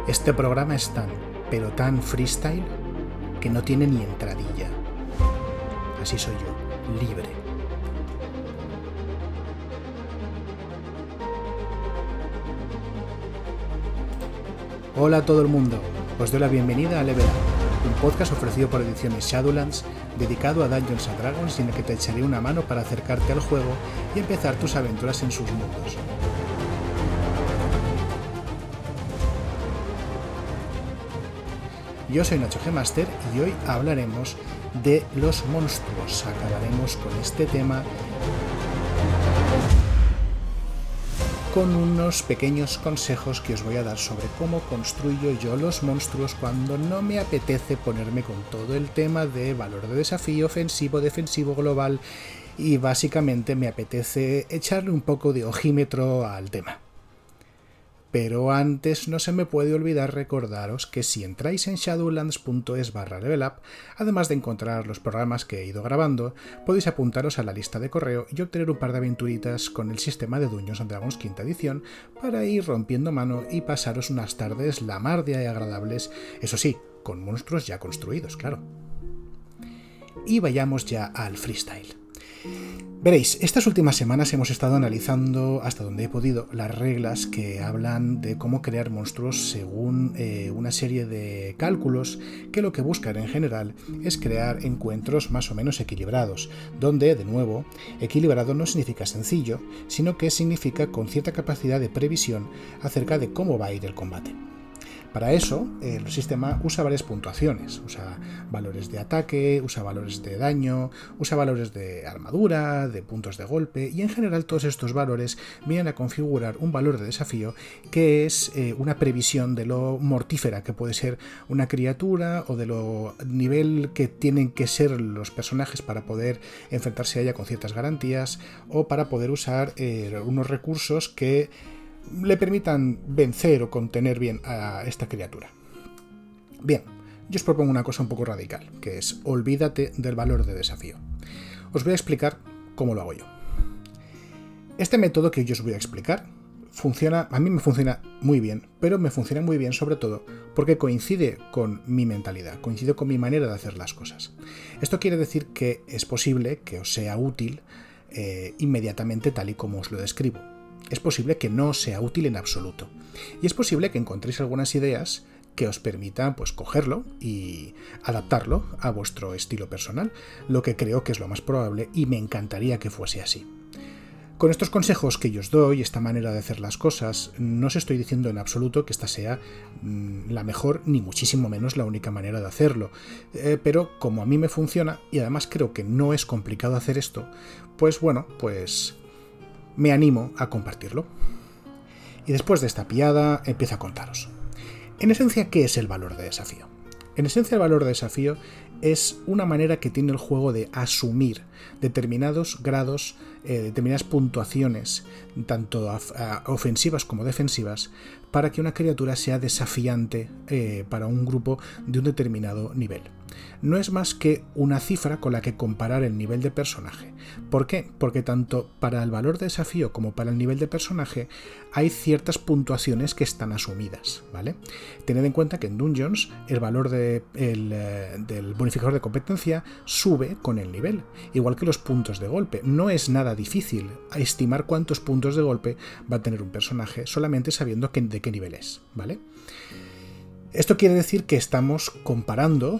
Este programa es tan, pero tan freestyle, que no tiene ni entradilla. Así soy yo, libre. Hola a todo el mundo, os doy la bienvenida a Level Up, un podcast ofrecido por Ediciones Shadowlands, dedicado a Dungeons & Dragons y en el que te echaré una mano para acercarte al juego y empezar tus aventuras en sus mundos. Yo soy Nacho G Master y hoy hablaremos de los monstruos. Acabaremos con este tema con unos pequeños consejos que os voy a dar sobre cómo construyo yo los monstruos cuando no me apetece ponerme con todo el tema de valor de desafío, ofensivo, defensivo, global, y básicamente me apetece echarle un poco de ojímetro al tema. Pero antes no se me puede olvidar recordaros que si entráis en shadowlands.es/levelup, además de encontrar los programas que he ido grabando, podéis apuntaros a la lista de correo y obtener un par de aventuritas con el sistema de Dungeons & Dragons quinta edición para ir rompiendo mano y pasaros unas tardes la mar de agradables, eso sí, con monstruos ya construidos, claro. Y vayamos ya al freestyle. Veréis, estas últimas semanas hemos estado analizando hasta donde he podido las reglas que hablan de cómo crear monstruos según una serie de cálculos que lo que buscan en general es crear encuentros más o menos equilibrados, donde, de nuevo, equilibrado no significa sencillo, sino que significa con cierta capacidad de previsión acerca de cómo va a ir el combate. Para eso, el sistema usa varias puntuaciones, usa valores de ataque, usa valores de daño, usa valores de armadura, de puntos de golpe, y en general todos estos valores vienen a configurar un valor de desafío que es una previsión de lo mortífera que puede ser una criatura o de lo nivel que tienen que ser los personajes para poder enfrentarse a ella con ciertas garantías o para poder usar unos recursos que le permitan vencer o contener bien a esta criatura. Bien, yo os propongo una cosa un poco radical, que es olvídate del valor de desafío. Os voy a explicar cómo lo hago yo. Este método que yo os voy a explicar a mí me funciona muy bien, pero me funciona muy bien sobre todo porque coincide con mi mentalidad, coincide con mi manera de hacer las cosas. Esto quiere decir que es posible que os sea útil inmediatamente tal y como os lo describo. Es posible que no sea útil en absoluto. Y es posible que encontréis algunas ideas que os permitan pues cogerlo y adaptarlo a vuestro estilo personal, lo que creo que es lo más probable y me encantaría que fuese así. Con estos consejos que yo os doy, esta manera de hacer las cosas, no os estoy diciendo en absoluto que esta sea la mejor ni muchísimo menos la única manera de hacerlo, pero como a mí me funciona y además creo que no es complicado hacer esto, pues bueno, me animo a compartirlo. Y después de esta piada, empiezo a contaros. En esencia, ¿qué es el valor de desafío? En esencia, el valor de desafío es una manera que tiene el juego de asumir determinados grados, determinadas puntuaciones, tanto ofensivas como defensivas, para que una criatura sea desafiante para un grupo de un determinado nivel. No es más que una cifra con la que comparar el nivel de personaje. ¿Por qué? Porque tanto para el valor de desafío como para el nivel de personaje hay ciertas puntuaciones que están asumidas, ¿vale? Tened en cuenta que en Dungeons el valor del bonificador de competencia sube con el nivel, igual que los puntos de golpe. No es nada difícil estimar cuántos puntos de golpe va a tener un personaje solamente sabiendo de qué nivel es, ¿vale? Esto quiere decir que estamos comparando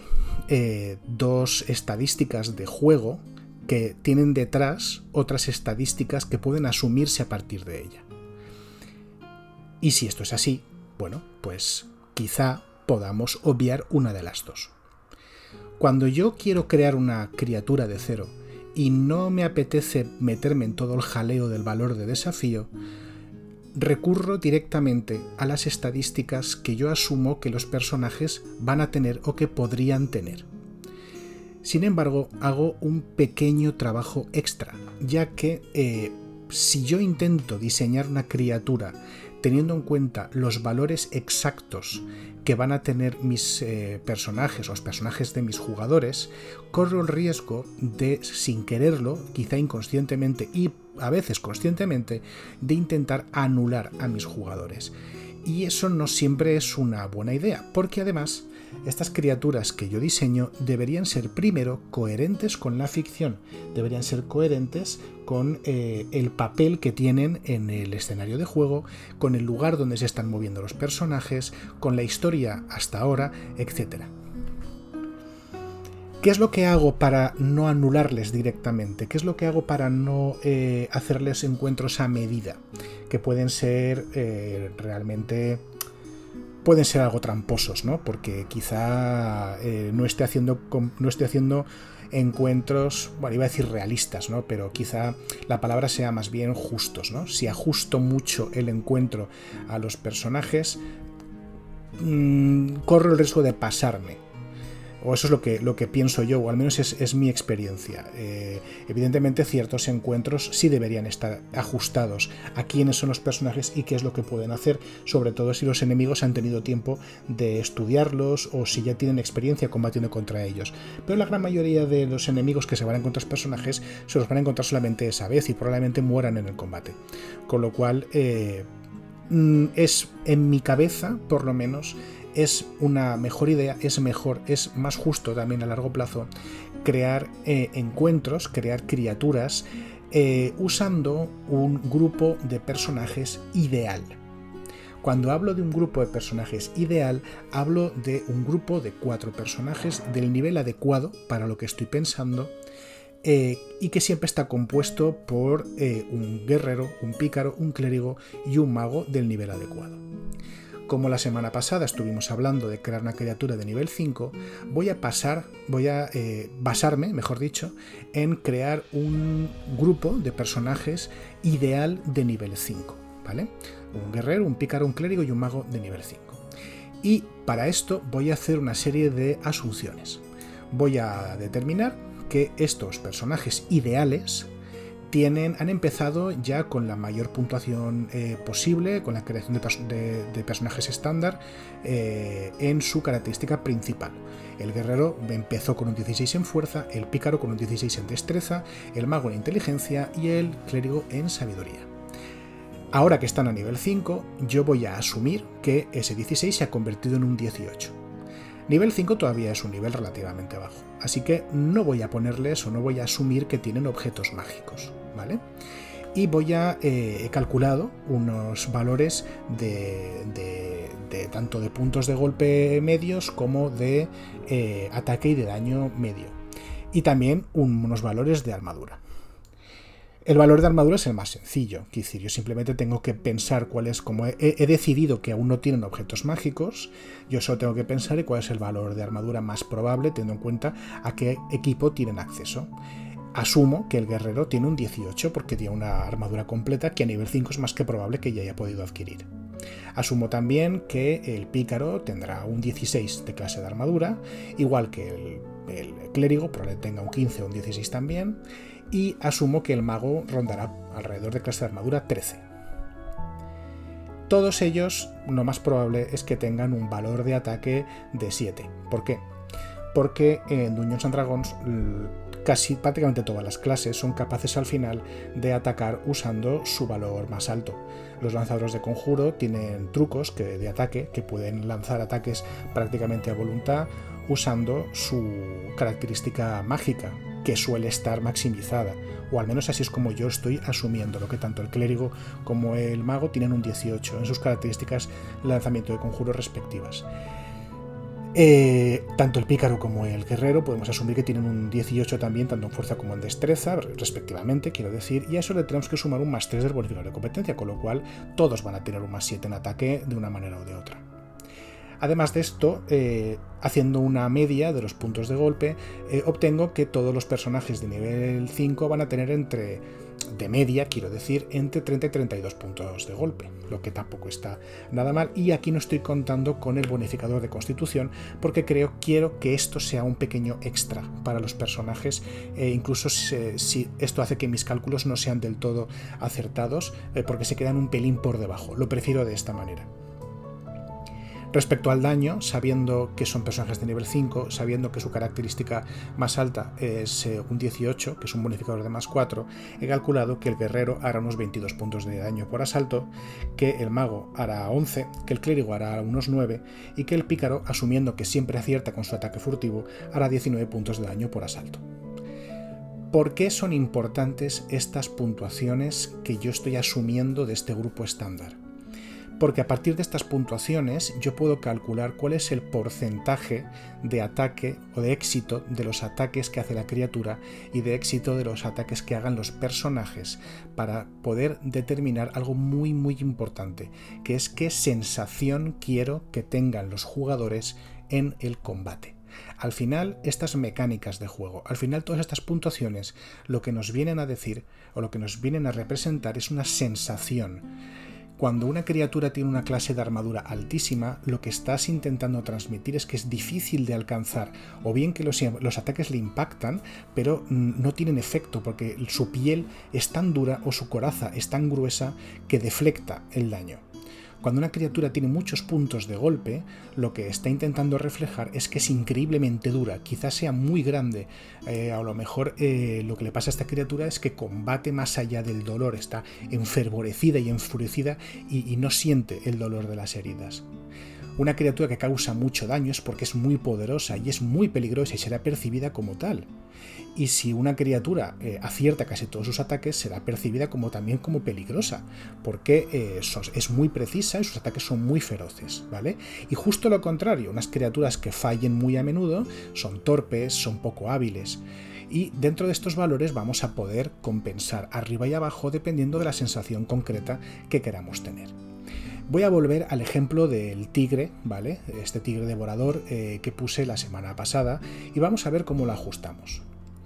dos estadísticas de juego que tienen detrás otras estadísticas que pueden asumirse a partir de ella. Y si esto es así, bueno, pues quizá podamos obviar una de las dos. Cuando yo quiero crear una criatura de cero y no me apetece meterme en todo el jaleo del valor de desafío, recurro directamente a las estadísticas que yo asumo que los personajes van a tener o que podrían tener. Sin embargo, hago un pequeño trabajo extra, ya que si yo intento diseñar una criatura teniendo en cuenta los valores exactos que van a tener mis personajes o los personajes de mis jugadores, corro el riesgo de, sin quererlo, quizá inconscientemente y a veces conscientemente, de intentar anular a mis jugadores. Y eso no siempre es una buena idea, porque además estas criaturas que yo diseño deberían ser primero coherentes con la ficción, deberían ser coherentes con el papel que tienen en el escenario de juego, con el lugar donde se están moviendo los personajes, con la historia hasta ahora, etc. ¿Qué es lo que hago para no anularles directamente? ¿Qué es lo que hago para no hacerles encuentros a medida? Que pueden ser realmente... pueden ser algo tramposos, ¿no? Porque quizá no esté haciendo encuentros, bueno, iba a decir realistas, ¿no? Pero quizá la palabra sea más bien justos, ¿no? Si ajusto mucho el encuentro a los personajes, corro el riesgo de pasarme. O eso es lo que pienso yo, o al menos es mi experiencia. Evidentemente ciertos encuentros sí deberían estar ajustados a quiénes son los personajes y qué es lo que pueden hacer, sobre todo si los enemigos han tenido tiempo de estudiarlos o si ya tienen experiencia combatiendo contra ellos. Pero la gran mayoría de los enemigos que se van a encontrar personajes se los van a encontrar solamente esa vez y probablemente mueran en el combate. Con lo cual es, en mi cabeza, por lo menos, es una mejor idea, es mejor, es más justo también a largo plazo crear encuentros, crear criaturas usando un grupo de personajes ideal. Cuando hablo de un grupo de personajes ideal, hablo de un grupo de 4 personajes del nivel adecuado para lo que estoy pensando y que siempre está compuesto por un guerrero, un pícaro, un clérigo y un mago del nivel adecuado. Como la semana pasada estuvimos hablando de crear una criatura de nivel 5, voy a basarme, mejor dicho, en crear un grupo de personajes ideal de nivel 5, ¿vale? Un guerrero, un pícaro, un clérigo y un mago de nivel 5. Y para esto voy a hacer una serie de asunciones. Voy a determinar que estos personajes ideales han empezado ya con la mayor puntuación posible, con la creación de personajes estándar en su característica principal. El guerrero empezó con un 16 en fuerza, el pícaro con un 16 en destreza, el mago en inteligencia y el clérigo en sabiduría. Ahora que están a nivel 5, yo voy a asumir que ese 16 se ha convertido en un 18. Nivel 5 todavía es un nivel relativamente bajo, así que no voy a ponerles o no voy a asumir que tienen objetos mágicos, ¿vale? Y he calculado unos valores de tanto de puntos de golpe medios como de ataque y de daño medio, y también unos valores de armadura. El valor de armadura es el más sencillo, es decir, yo simplemente tengo que pensar cuál es, como he decidido que aún no tienen objetos mágicos, yo solo tengo que pensar en cuál es el valor de armadura más probable, teniendo en cuenta a qué equipo tienen acceso. Asumo que el guerrero tiene un 18 porque tiene una armadura completa que a nivel 5 es más que probable que ya haya podido adquirir. Asumo también que el pícaro tendrá un 16 de clase de armadura, igual que el clérigo probablemente tenga un 15 o un 16 también, y asumo que el mago rondará alrededor de clase de armadura 13. Todos ellos, lo más probable es que tengan un valor de ataque de 7. ¿Por qué? Porque en Dungeons & Dragons prácticamente todas las clases son capaces al final de atacar usando su valor más alto. Los lanzadores de conjuro tienen trucos de ataque que pueden lanzar ataques prácticamente a voluntad usando su característica mágica, que suele estar maximizada, o al menos así es como yo estoy asumiendo, lo que tanto el clérigo como el mago tienen un 18 en sus características de lanzamiento de conjuros respectivas. Tanto el pícaro como el guerrero podemos asumir que tienen un 18 también, tanto en fuerza como en destreza, respectivamente, quiero decir, y a eso le tenemos que sumar un más 3 del bonificador de competencia, con lo cual todos van a tener un más 7 en ataque de una manera o de otra. Además de esto, haciendo una media de los puntos de golpe, obtengo que todos los personajes de nivel 5 van a tener entre 30 y 32 puntos de golpe, lo que tampoco está nada mal, y aquí no estoy contando con el bonificador de constitución porque quiero que esto sea un pequeño extra para los personajes, incluso si esto hace que mis cálculos no sean del todo acertados, porque se quedan un pelín por debajo, lo prefiero de esta manera. Respecto al daño, sabiendo que son personajes de nivel 5, sabiendo que su característica más alta es un 18, que es un bonificador de más 4, he calculado que el guerrero hará unos 22 puntos de daño por asalto, que el mago hará 11, que el clérigo hará unos 9 y que el pícaro, asumiendo que siempre acierta con su ataque furtivo, hará 19 puntos de daño por asalto. ¿Por qué son importantes estas puntuaciones que yo estoy asumiendo de este grupo estándar? Porque a partir de estas puntuaciones yo puedo calcular cuál es el porcentaje de ataque o de éxito de los ataques que hace la criatura y de éxito de los ataques que hagan los personajes, para poder determinar algo muy importante, que es qué sensación quiero que tengan los jugadores en el combate. Al final, estas mecánicas de juego, al final todas estas puntuaciones, lo que nos vienen a decir o lo que nos vienen a representar es una sensación. Cuando una criatura tiene una clase de armadura altísima, lo que estás intentando transmitir es que es difícil de alcanzar, o bien que los ataques le impactan, pero no tienen efecto porque su piel es tan dura o su coraza es tan gruesa que deflecta el daño. Cuando una criatura tiene muchos puntos de golpe, lo que está intentando reflejar es que es increíblemente dura, quizás sea muy grande, a lo mejor lo que le pasa a esta criatura es que combate más allá del dolor, está enfervorecida y enfurecida y no siente el dolor de las heridas. Una criatura que causa mucho daño es porque es muy poderosa y es muy peligrosa y será percibida como tal. Y si una criatura acierta casi todos sus ataques, será percibida también como peligrosa, porque es muy precisa y sus ataques son muy feroces, ¿vale? Y justo lo contrario, unas criaturas que fallen muy a menudo son torpes, son poco hábiles. Y dentro de estos valores vamos a poder compensar arriba y abajo dependiendo de la sensación concreta que queramos tener. Voy a volver al ejemplo del tigre, ¿vale? Este tigre devorador que puse la semana pasada, y vamos a ver cómo lo ajustamos.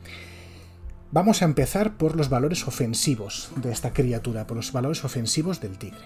Vamos a empezar por los valores ofensivos de esta criatura, por los valores ofensivos del tigre.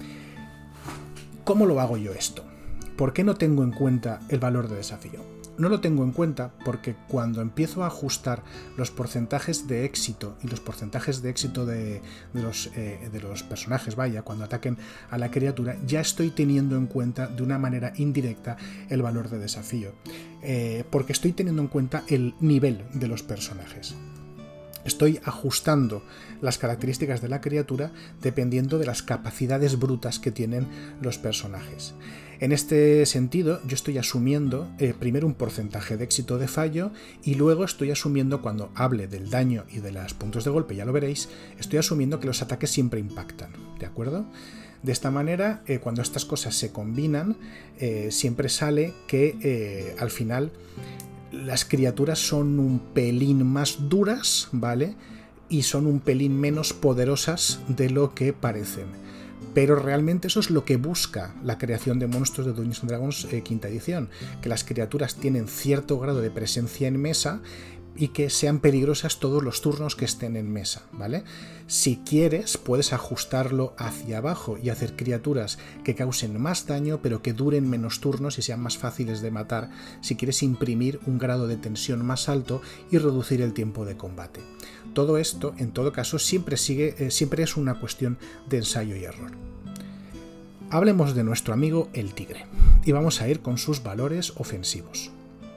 ¿Cómo lo hago yo esto? ¿Por qué no tengo en cuenta el valor de desafío? No lo tengo en cuenta porque cuando empiezo a ajustar los porcentajes de éxito y los porcentajes de éxito de los personajes, cuando ataquen a la criatura, ya estoy teniendo en cuenta de una manera indirecta el valor de desafío, porque estoy teniendo en cuenta el nivel de los personajes. Estoy ajustando las características de la criatura dependiendo de las capacidades brutas que tienen los personajes. En este sentido, yo estoy asumiendo primero un porcentaje de éxito o de fallo, y luego estoy asumiendo, cuando hable del daño y de los puntos de golpe, ya lo veréis, estoy asumiendo que los ataques siempre impactan, ¿de acuerdo? De esta manera, cuando estas cosas se combinan, siempre sale que al final las criaturas son un pelín más duras, ¿vale? Y son un pelín menos poderosas de lo que parecen. Pero realmente eso es lo que busca la creación de monstruos de Dungeons & Dragons quinta edición, que las criaturas tienen cierto grado de presencia en mesa y que sean peligrosas todos los turnos que estén en mesa, ¿vale? Si quieres, puedes ajustarlo hacia abajo y hacer criaturas que causen más daño, pero que duren menos turnos y sean más fáciles de matar, si quieres imprimir un grado de tensión más alto y reducir el tiempo de combate. Todo esto, en todo caso, siempre es una cuestión de ensayo y error. Hablemos de nuestro amigo el tigre, y vamos a ir con sus valores ofensivos.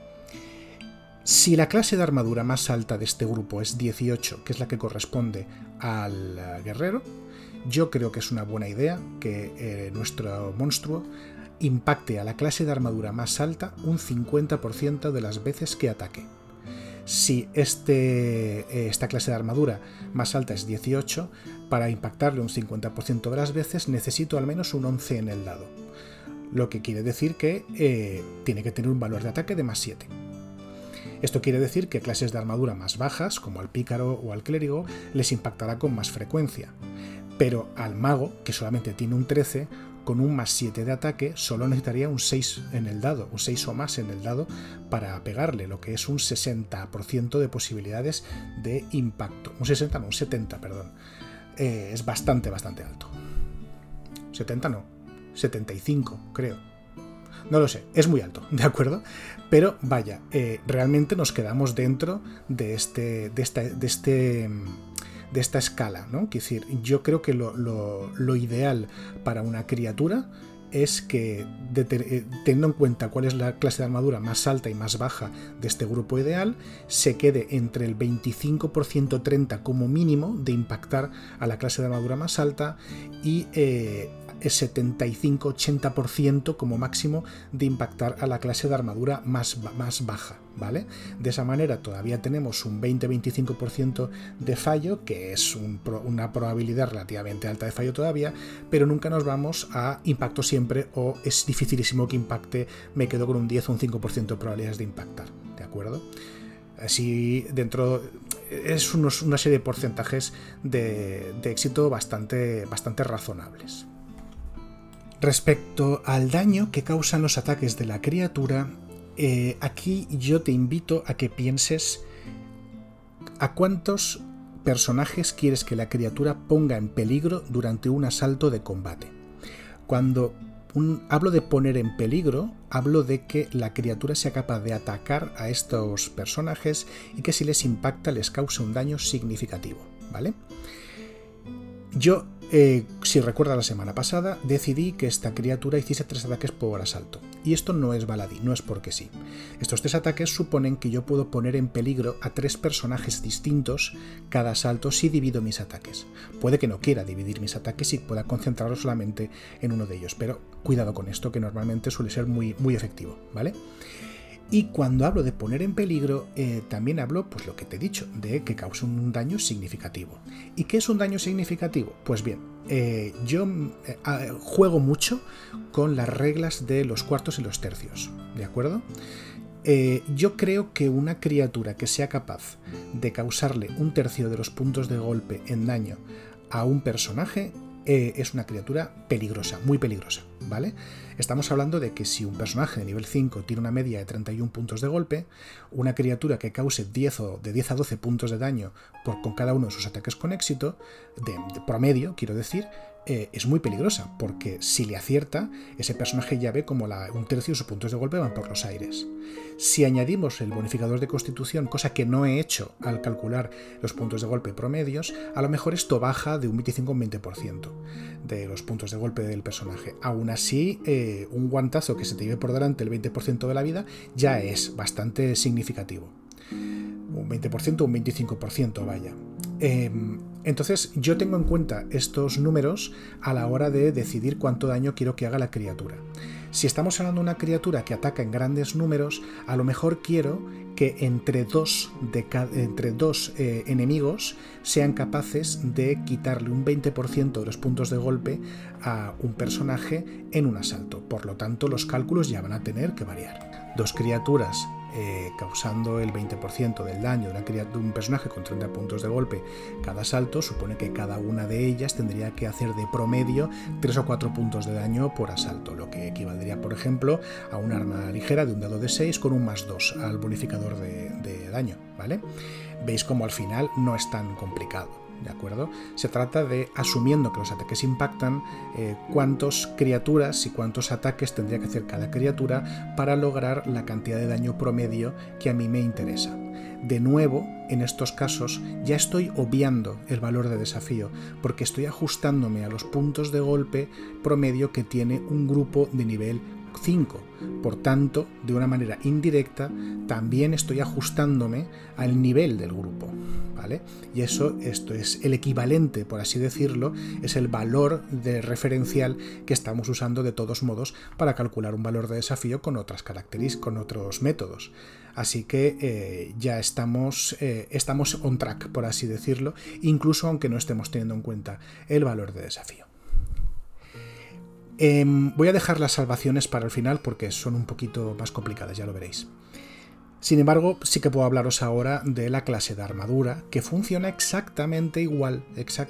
Si la clase de armadura más alta de este grupo es 18, que es la que corresponde al guerrero, yo creo que es una buena idea que nuestro monstruo impacte a la clase de armadura más alta un 50% de las veces que ataque. Si esta clase de armadura más alta es 18, para impactarle un 50% de las veces necesito al menos un 11 en el dado, lo que quiere decir que tiene que tener un valor de ataque de más 7. Esto quiere decir que clases de armadura más bajas, como al pícaro o al clérigo, les impactará con más frecuencia. Pero al mago, que solamente tiene un 13, con un más 7 de ataque, solo necesitaría un 6 en el dado, un 6 o más en el dado para pegarle, lo que es un 60% de posibilidades de impacto. Un 60, no, un 70, perdón. Es bastante alto. 70 no, 75, creo. No lo sé, es muy alto, ¿de acuerdo? Pero vaya, realmente nos quedamos dentro de esta escala, ¿no? Es decir, yo creo que lo ideal para una criatura es que, teniendo en cuenta cuál es la clase de armadura más alta y más baja de este grupo ideal, se quede entre el 25%-30% como mínimo de impactar a la clase de armadura más alta y el 75-80% como máximo de impactar a la clase de armadura más baja, ¿vale? De esa manera todavía tenemos un 20-25% de fallo, que es una probabilidad relativamente alta de fallo todavía, pero nunca nos vamos a impacto siempre o es dificilísimo que impacte, me quedo con un 10 o un 5% de probabilidades de impactar, ¿de acuerdo? Así dentro es una serie de porcentajes de éxito bastante razonables. Respecto al daño que causan los ataques de la criatura, aquí yo te invito a que pienses a cuántos personajes quieres que la criatura ponga en peligro durante un asalto de combate. Cuando hablo de poner en peligro, hablo de que la criatura sea capaz de atacar a estos personajes y que si les impacta les cause un daño significativo, ¿vale? Yo, si recuerdas la semana pasada, decidí que esta criatura hiciese 3 ataques por asalto. Y esto no es baladí, no es porque sí. Estos 3 ataques suponen que yo puedo poner en peligro a 3 personajes distintos cada asalto si divido mis ataques. Puede que no quiera dividir mis ataques y pueda concentrarlo solamente en uno de ellos, pero cuidado con esto, que normalmente suele ser muy efectivo, ¿vale? Y cuando hablo de poner en peligro, también hablo, pues lo que te he dicho, de que cause un daño significativo. ¿Y qué es un daño significativo? Pues bien, yo juego mucho con las reglas de los cuartos y los tercios, ¿de acuerdo? Yo creo que una criatura que sea capaz de causarle un tercio de los puntos de golpe en daño a un personaje es una criatura peligrosa, muy peligrosa, ¿vale? Estamos hablando de que si un personaje de nivel 5 tiene una media de 31 puntos de golpe, una criatura que cause de 10 a 12 puntos de daño con cada uno de sus ataques con éxito, de promedio, quiero decir, es muy peligrosa, porque si le acierta, ese personaje ya ve como un tercio de sus puntos de golpe van por los aires. Si añadimos el bonificador de constitución, cosa que no he hecho al calcular los puntos de golpe promedios, a lo mejor esto baja de un 25 a un 20% de los puntos de golpe del personaje. Aún así, un guantazo que se te lleve por delante el 20% de la vida ya es bastante significativo. Un 20% o un 25%, vaya. Entonces yo tengo en cuenta estos números a la hora de decidir cuánto daño quiero que haga la criatura. Si estamos hablando de una criatura que ataca en grandes números, a lo mejor quiero que entre dos enemigos sean capaces de quitarle un 20% de los puntos de golpe a un personaje en un asalto. Por lo tanto, los cálculos ya van a tener que variar. 2 criaturas causando el 20% del daño de un personaje con 30 puntos de golpe cada asalto, supone que cada una de ellas tendría que hacer de promedio 3 o 4 puntos de daño por asalto, lo que equivaldría, por ejemplo, a un arma ligera de un dado de 6 con un +2 al bonificador de daño, ¿vale? Veis como al final no es tan complicado. ¿De acuerdo? Se trata de, asumiendo que los ataques impactan, cuántas criaturas y cuántos ataques tendría que hacer cada criatura para lograr la cantidad de daño promedio que a mí me interesa. De nuevo, en estos casos ya estoy obviando el valor de desafío, porque estoy ajustándome a los puntos de golpe promedio que tiene un grupo de nivel 5. Por tanto, de una manera indirecta, también estoy ajustándome al nivel del grupo, ¿vale? Y esto es el equivalente, por así decirlo, es el valor de referencial que estamos usando de todos modos para calcular un valor de desafío con otras características, con otros métodos. Así que ya estamos on track, por así decirlo, incluso aunque no estemos teniendo en cuenta el valor de desafío. Voy a dejar las salvaciones para el final porque son un poquito más complicadas, ya lo veréis. Sin embargo, sí que puedo hablaros ahora de la clase de armadura, que funciona exactamente igual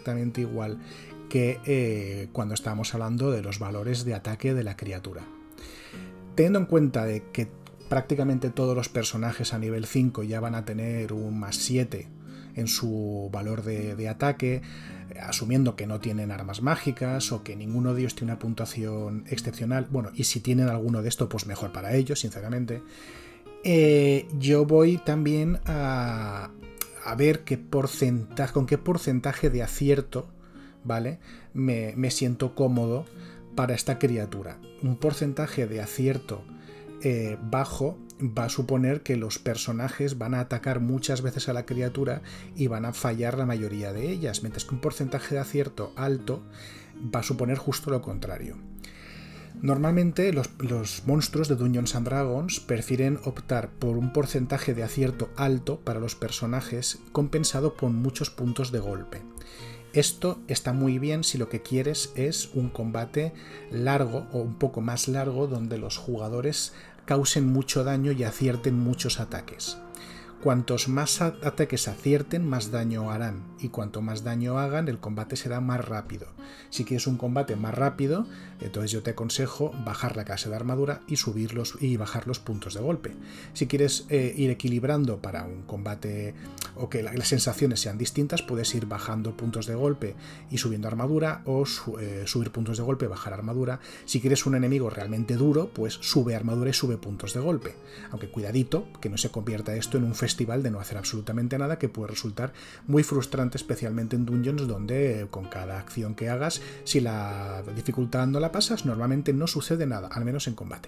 que cuando estábamos hablando de los valores de ataque de la criatura. Teniendo en cuenta de que prácticamente todos los personajes a nivel 5 ya van a tener un +7 en su valor de ataque, asumiendo que no tienen armas mágicas o que ninguno de ellos tiene una puntuación excepcional, bueno, y si tienen alguno de esto, pues mejor para ellos, sinceramente. Yo voy también a ver con qué porcentaje de acierto, ¿vale? Me siento cómodo para esta criatura. Un porcentaje de acierto bajo va a suponer que los personajes van a atacar muchas veces a la criatura y van a fallar la mayoría de ellas, mientras que un porcentaje de acierto alto va a suponer justo lo contrario. Normalmente los monstruos de Dungeons and Dragons prefieren optar por un porcentaje de acierto alto para los personajes compensado con muchos puntos de golpe. Esto está muy bien si lo que quieres es un combate largo o un poco más largo donde los jugadores causen mucho daño y acierten muchos ataques. Cuantos más ataques acierten, más daño harán, y cuanto más daño hagan, el combate será más rápido. Si quieres un combate más rápido, entonces yo te aconsejo bajar la clase de armadura y bajar los puntos de golpe. Si quieres ir equilibrando para un combate o que las sensaciones sean distintas, puedes ir bajando puntos de golpe y subiendo armadura, o subir puntos de golpe y bajar armadura. Si quieres un enemigo realmente duro, pues sube armadura y sube puntos de golpe. Aunque cuidadito, que no se convierta esto en un festival de no hacer absolutamente nada, que puede resultar muy frustrante, especialmente en Dungeons, donde con cada acción que hagas, si la dificultad no la pasas, normalmente no sucede nada, al menos en combate.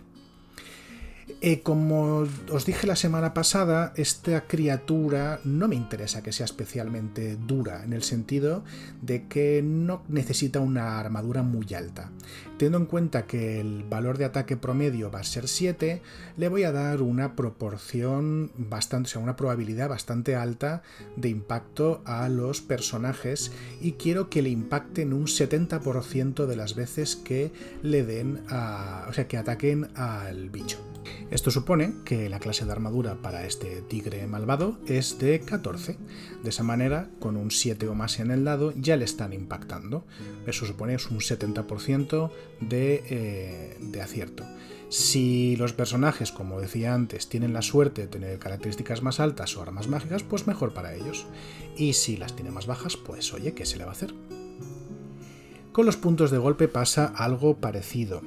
Como os dije la semana pasada, esta criatura no me interesa que sea especialmente dura, en el sentido de que no necesita una armadura muy alta. Teniendo en cuenta que el valor de ataque promedio va a ser 7, le voy a dar una proporción bastante, o sea, una probabilidad bastante alta de impacto a los personajes, y quiero que le impacten un 70% de las veces que le den que ataquen al bicho. Esto supone que la clase de armadura para este tigre malvado es de 14. De esa manera, con un 7 o más en el dado, ya le están impactando. Eso supone un 70% de acierto. Si los personajes, como decía antes, tienen la suerte de tener características más altas o armas mágicas, pues mejor para ellos. Y si las tiene más bajas, pues oye, ¿qué se le va a hacer? Con los puntos de golpe pasa algo parecido.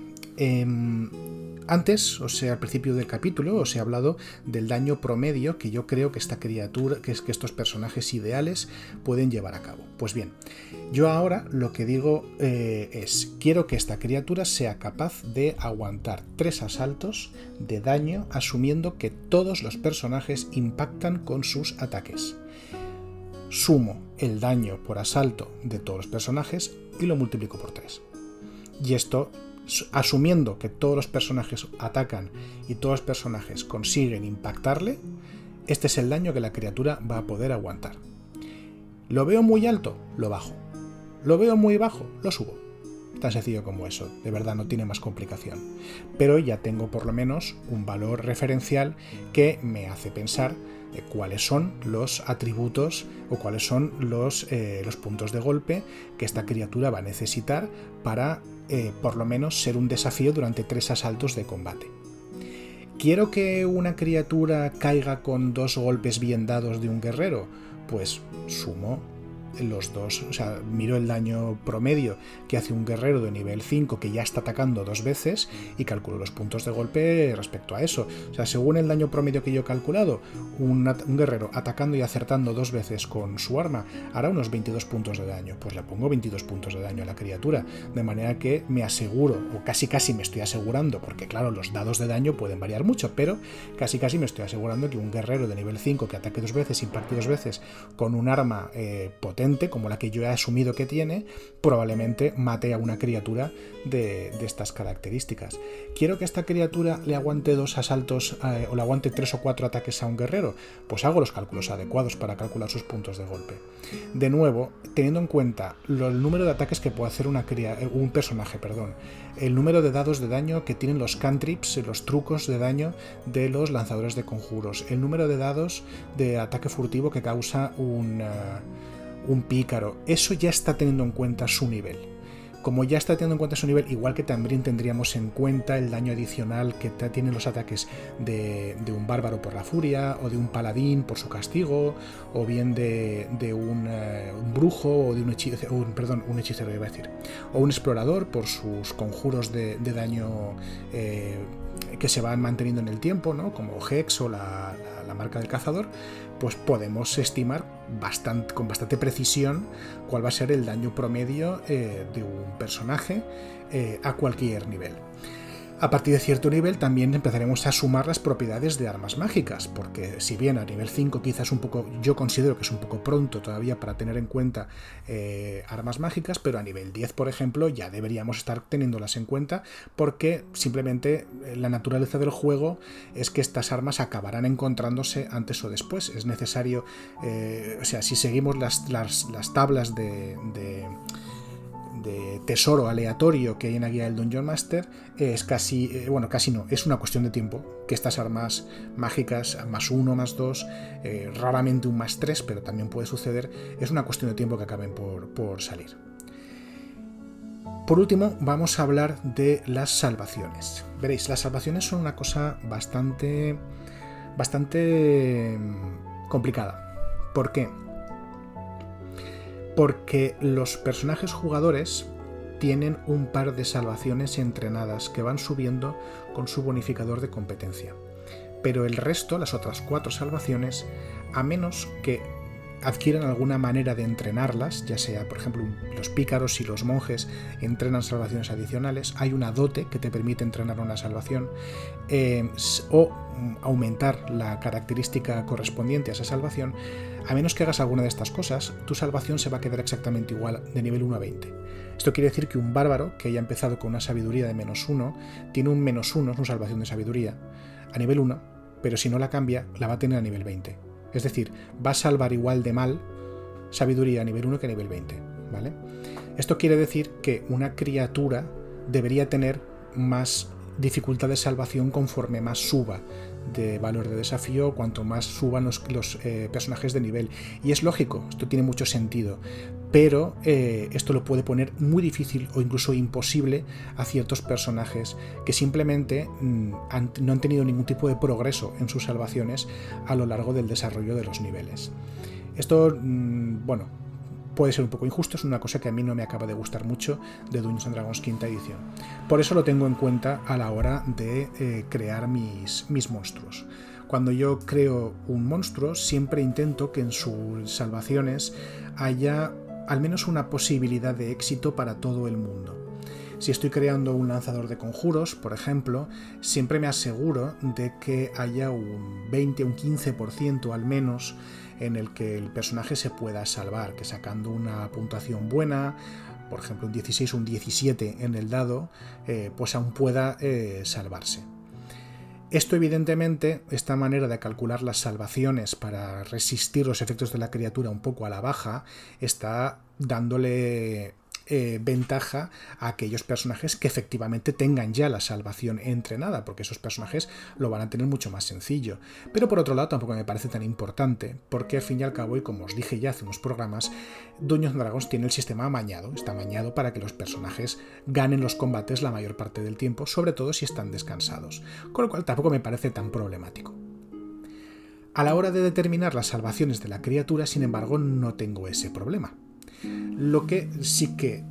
Antes, o sea, al principio del capítulo, os he hablado del daño promedio que yo creo que esta criatura, que estos personajes ideales pueden llevar a cabo. Pues bien, yo ahora lo que digo es, quiero que esta criatura sea capaz de aguantar 3 asaltos de daño, asumiendo que todos los personajes impactan con sus ataques. Sumo el daño por asalto de todos los personajes y lo multiplico por 3. Y esto, asumiendo que todos los personajes atacan y todos los personajes consiguen impactarle, este es el daño que la criatura va a poder aguantar. ¿Lo veo muy alto? Lo bajo. ¿Lo veo muy bajo? Lo subo. Tan sencillo como eso, de verdad no tiene más complicación. Pero ya tengo por lo menos un valor referencial que me hace pensar cuáles son los atributos o cuáles son los puntos de golpe que esta criatura va a necesitar para por lo menos ser un desafío durante 3 asaltos de combate. ¿Quiero que una criatura caiga con 2 golpes bien dados de un guerrero? Pues sumo los 2, o sea, miro el daño promedio que hace un guerrero de nivel 5 que ya está atacando 2 veces y calculo los puntos de golpe respecto a eso. O sea, según el daño promedio que yo he calculado, un guerrero atacando y acertando 2 veces con su arma hará unos 22 puntos de daño. Pues le pongo 22 puntos de daño a la criatura, de manera que me aseguro, o casi me estoy asegurando, porque claro, los dados de daño pueden variar mucho, pero casi me estoy asegurando que un guerrero de nivel 5 que ataque 2 veces, impacte 2 veces con un arma potente, como la que yo he asumido que tiene, probablemente mate a una criatura de estas características. ¿Quiero que esta criatura le aguante 2 asaltos o le aguante 3 o 4 ataques a un guerrero? Pues hago los cálculos adecuados para calcular sus puntos de golpe. De nuevo, teniendo en cuenta el número de ataques que puede hacer un personaje, el número de dados de daño que tienen los cantrips, los trucos de daño de los lanzadores de conjuros, el número de dados de ataque furtivo que causa un pícaro, eso ya está teniendo en cuenta su nivel. Como ya está teniendo en cuenta su nivel, igual que también tendríamos en cuenta el daño adicional que tienen los ataques de un bárbaro por la furia, o de un paladín por su castigo, o bien de un brujo, o de un hechicero iba a decir, o un explorador por sus conjuros de daño que se van manteniendo en el tiempo, ¿no? Como Hex o la la marca del cazador, pues podemos estimar con bastante precisión cuál va a ser el daño promedio de un personaje a cualquier nivel. A partir de cierto nivel también empezaremos a sumar las propiedades de armas mágicas, porque si bien a nivel 5 quizás yo considero que es un poco pronto todavía para tener en cuenta armas mágicas, pero a nivel 10, por ejemplo, ya deberíamos estar teniéndolas en cuenta, porque simplemente la naturaleza del juego es que estas armas acabarán encontrándose antes o después. Es necesario, si seguimos las tablas de tesoro aleatorio que hay en la guía del Dungeon Master, es casi no, es una cuestión de tiempo que estas armas mágicas, +1, +2, raramente un +3, pero también puede suceder, es una cuestión de tiempo que acaben por salir. Por último, vamos a hablar de las salvaciones. Veréis, las salvaciones son una cosa bastante complicada. ¿Por qué? Porque los personajes jugadores tienen un par de salvaciones entrenadas que van subiendo con su bonificador de competencia. Pero el resto, las otras 4 salvaciones, a menos que adquieran alguna manera de entrenarlas, ya sea, por ejemplo, los pícaros y los monjes entrenan salvaciones adicionales, hay una dote que te permite entrenar una salvación, o aumentar la característica correspondiente a esa salvación. A menos que hagas alguna de estas cosas, tu salvación se va a quedar exactamente igual de nivel 1 a 20. Esto quiere decir que un bárbaro que haya empezado con una sabiduría de -1 tiene un -1, es una salvación de sabiduría, a nivel 1, pero si no la cambia, la va a tener a nivel 20. Es decir, va a salvar igual de mal sabiduría a nivel 1 que a nivel 20, ¿vale? Esto quiere decir que una criatura debería tener más dificultad de salvación conforme más suba de valor de desafío, cuanto más suban los personajes de nivel. Y es lógico, esto tiene mucho sentido, pero esto lo puede poner muy difícil o incluso imposible a ciertos personajes que simplemente no han tenido ningún tipo de progreso en sus salvaciones a lo largo del desarrollo de los niveles. Esto, puede ser un poco injusto, es una cosa que a mí no me acaba de gustar mucho de Dungeons & Dragons quinta edición. Por eso lo tengo en cuenta a la hora de crear mis monstruos. Cuando yo creo un monstruo, siempre intento que en sus salvaciones haya al menos una posibilidad de éxito para todo el mundo. Si estoy creando un lanzador de conjuros, por ejemplo, siempre me aseguro de que haya un 20 o un 15% al menos en el que el personaje se pueda salvar, que sacando una puntuación buena, por ejemplo un 16 o un 17 en el dado, pues aún pueda salvarse. Esto, evidentemente, esta manera de calcular las salvaciones para resistir los efectos de la criatura un poco a la baja, está dándole ventaja a aquellos personajes que efectivamente tengan ya la salvación entrenada, porque esos personajes lo van a tener mucho más sencillo. Pero por otro lado tampoco me parece tan importante, porque al fin y al cabo, y como os dije ya hace unos programas, Dungeons & Dragons tiene el sistema amañado, está amañado para que los personajes ganen los combates la mayor parte del tiempo, sobre todo si están descansados, con lo cual tampoco me parece tan problemático. A la hora de determinar las salvaciones de la criatura, sin embargo, no tengo ese problema. Lo que sí que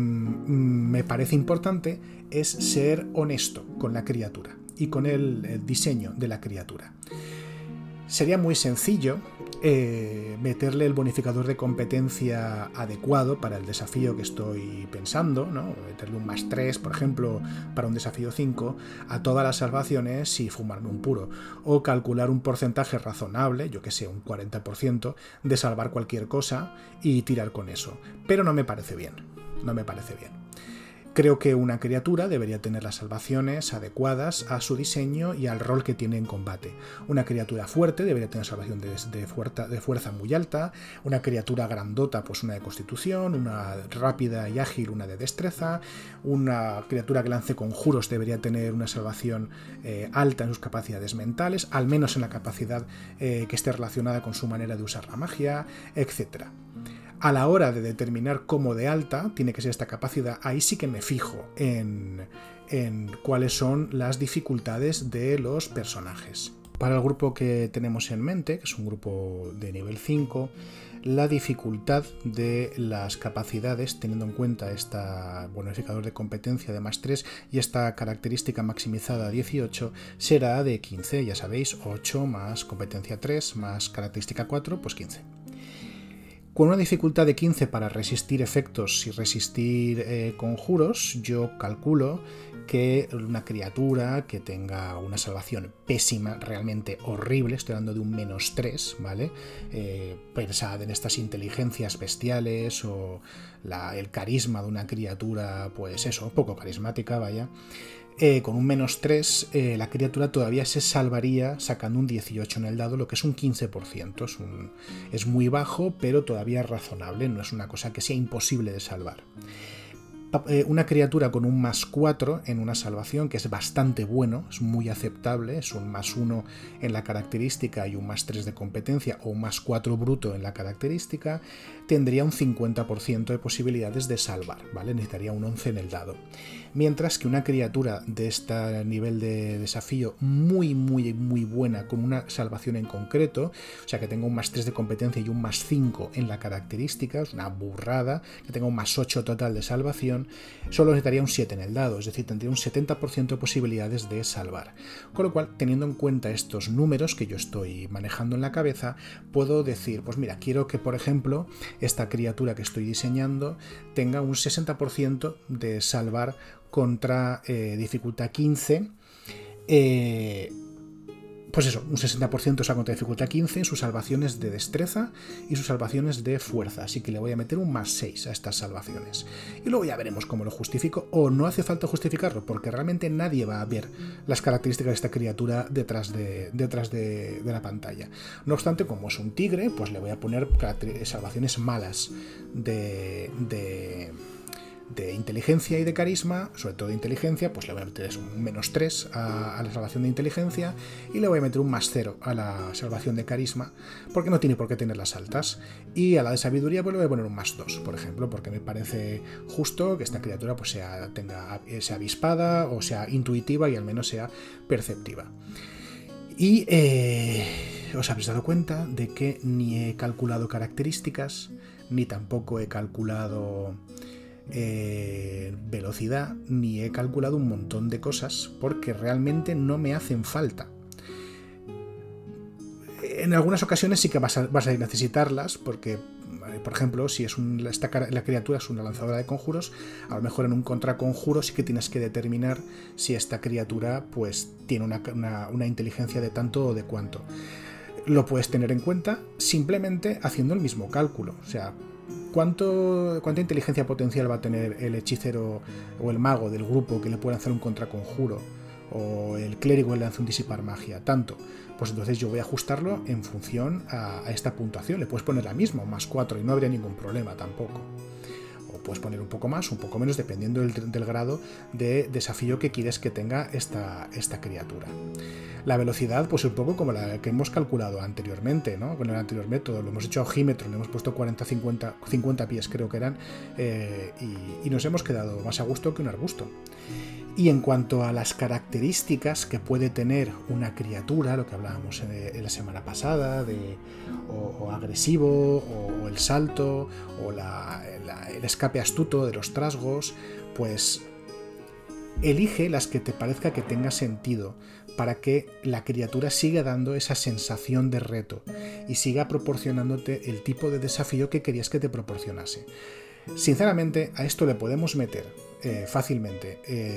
me parece importante es ser honesto con la criatura y con el diseño de la criatura. Sería muy sencillo meterle el bonificador de competencia adecuado para el desafío que estoy pensando, ¿no? Meterle un +3, por ejemplo, para un desafío 5, a todas las salvaciones y fumarme un puro. O calcular un porcentaje razonable, yo que sé, un 40%, de salvar cualquier cosa y tirar con eso. Pero no me parece bien. No me parece bien. Creo que una criatura debería tener las salvaciones adecuadas a su diseño y al rol que tiene en combate. Una criatura fuerte debería tener salvación de fuerza muy alta, una criatura grandota pues una de constitución, una rápida y ágil una de destreza, una criatura que lance conjuros debería tener una salvación alta en sus capacidades mentales, al menos en la capacidad que esté relacionada con su manera de usar la magia, etc. A la hora de determinar cómo de alta tiene que ser esta capacidad, ahí sí que me fijo en cuáles son las dificultades de los personajes. Para el grupo que tenemos en mente, que es un grupo de nivel 5, la dificultad de las capacidades, teniendo en cuenta este bonificador de competencia de +3 y esta característica maximizada a 18, será de 15, ya sabéis, 8 más competencia 3 más característica 4, pues 15. Con una dificultad de 15 para resistir efectos y resistir conjuros, yo calculo que una criatura que tenga una salvación pésima, realmente horrible, estoy hablando de un -3, ¿vale? Pensad en estas inteligencias bestiales o el carisma de una criatura, pues eso, poco carismática, vaya. Con un -3, la criatura todavía se salvaría sacando un 18 en el dado, lo que es un 15%. Es muy bajo, pero todavía razonable, no es una cosa que sea imposible de salvar. Una criatura con un +4 en una salvación, que es bastante bueno, es muy aceptable, es un +1 en la característica y un +3 de competencia, o un +4 bruto en la característica, tendría un 50% de posibilidades de salvar, ¿vale? Necesitaría un 11 en el dado. Mientras que una criatura de este nivel de desafío muy buena, con una salvación en concreto, o sea que tenga un +3 de competencia y un +5 en la característica, es una burrada, que tenga un +8 total de salvación, solo necesitaría un 7 en el dado, es decir, tendría un 70% de posibilidades de salvar. Con lo cual, teniendo en cuenta estos números que yo estoy manejando en la cabeza, puedo decir, pues mira, quiero que, por ejemplo, esta criatura que estoy diseñando tenga un 60% de salvar contra dificultad 15, pues eso, un 60% salva contra dificultad 15 en sus salvaciones de destreza y sus salvaciones de fuerza, así que le voy a meter un +6 a estas salvaciones. Y luego ya veremos cómo lo justifico, o no hace falta justificarlo, porque realmente nadie va a ver las características de esta criatura detrás de la pantalla. No obstante, como es un tigre, pues le voy a poner salvaciones malas de inteligencia y de carisma, sobre todo de inteligencia, pues le voy a meter un -3 a la salvación de inteligencia y le voy a meter un +0 a la salvación de carisma, porque no tiene por qué tener las altas. Y a la de sabiduría pues le voy a poner un +2, por ejemplo, porque me parece justo que esta criatura pues sea avispada o sea intuitiva y al menos sea perceptiva. Y os habéis dado cuenta de que ni he calculado características, ni tampoco he calculado velocidad, ni he calculado un montón de cosas porque realmente no me hacen falta. En algunas ocasiones sí que vas a necesitarlas porque, por ejemplo, si es la criatura es una lanzadora de conjuros, a lo mejor en un contraconjuro sí que tienes que determinar si esta criatura pues tiene una inteligencia de tanto o de cuánto. Lo puedes tener en cuenta simplemente haciendo el mismo cálculo, o sea, ¿cuánta inteligencia potencial va a tener el hechicero o el mago del grupo que le puede lanzar un contraconjuro? O el clérigo que le lanza un disipar magia, tanto. Pues entonces yo voy a ajustarlo en función a esta puntuación. Le puedes poner la misma, +4, y no habría ningún problema tampoco. O puedes poner un poco más, un poco menos, dependiendo del grado de desafío que quieres que tenga esta criatura. La velocidad, pues un poco como la que hemos calculado anteriormente, ¿no? Con el anterior método, lo hemos hecho a ojímetro, le hemos puesto 50 pies creo que eran, y nos hemos quedado más a gusto que un arbusto. Y en cuanto a las características que puede tener una criatura, lo que hablábamos en la semana pasada, o agresivo, o el salto, o el escape astuto de los trasgos, pues elige las que te parezca que tenga sentido para que la criatura siga dando esa sensación de reto y siga proporcionándote el tipo de desafío que querías que te proporcionase. Sinceramente, a esto le podemos meter fácilmente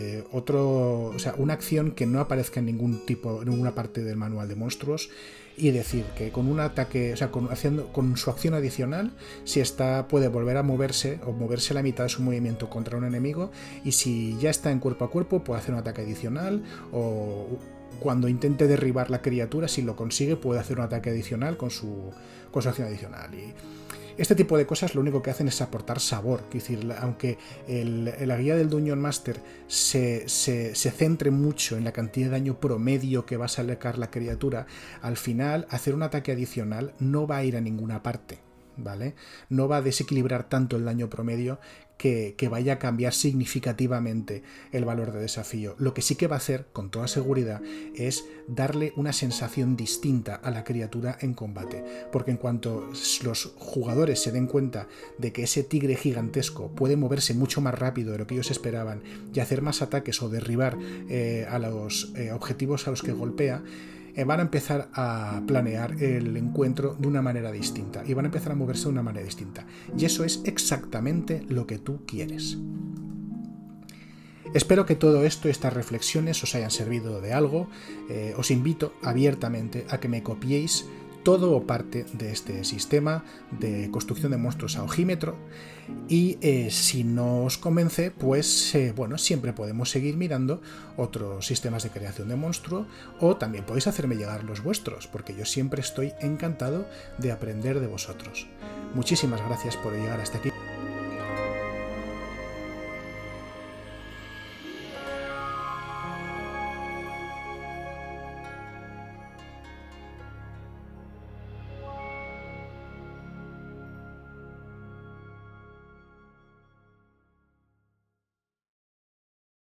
una acción que no aparezca en ninguna parte del manual de monstruos, y decir que con un ataque, o sea, con su acción adicional, si esta puede volver a moverse o moverse la mitad de su movimiento contra un enemigo, y si ya está en cuerpo a cuerpo puede hacer un ataque adicional, o cuando intente derribar la criatura, si lo consigue, puede hacer un ataque adicional con su acción adicional. Y este tipo de cosas lo único que hacen es aportar sabor. Es decir, aunque la guía del Dungeon Master se centre mucho en la cantidad de daño promedio que va a sacar la criatura, al final hacer un ataque adicional no va a ir a ninguna parte. ¿vale? No va a desequilibrar tanto el daño promedio que vaya a cambiar significativamente el valor de desafío. Lo que sí que va a hacer, con toda seguridad, es darle una sensación distinta a la criatura en combate, porque en cuanto los jugadores se den cuenta de que ese tigre gigantesco puede moverse mucho más rápido de lo que ellos esperaban y hacer más ataques o derribar a los objetivos a los que golpea, van a empezar a planear el encuentro de una manera distinta y van a empezar a moverse de una manera distinta. Y eso es exactamente lo que tú quieres. Espero que todo esto, estas reflexiones, os hayan servido de algo. Os invito abiertamente a que me copiéis todo o parte de este sistema de construcción de monstruos a ojímetro, y si no os convence, pues bueno, siempre podemos seguir mirando otros sistemas de creación de monstruo, o también podéis hacerme llegar los vuestros, porque yo siempre estoy encantado de aprender de vosotros. Muchísimas gracias por llegar hasta aquí.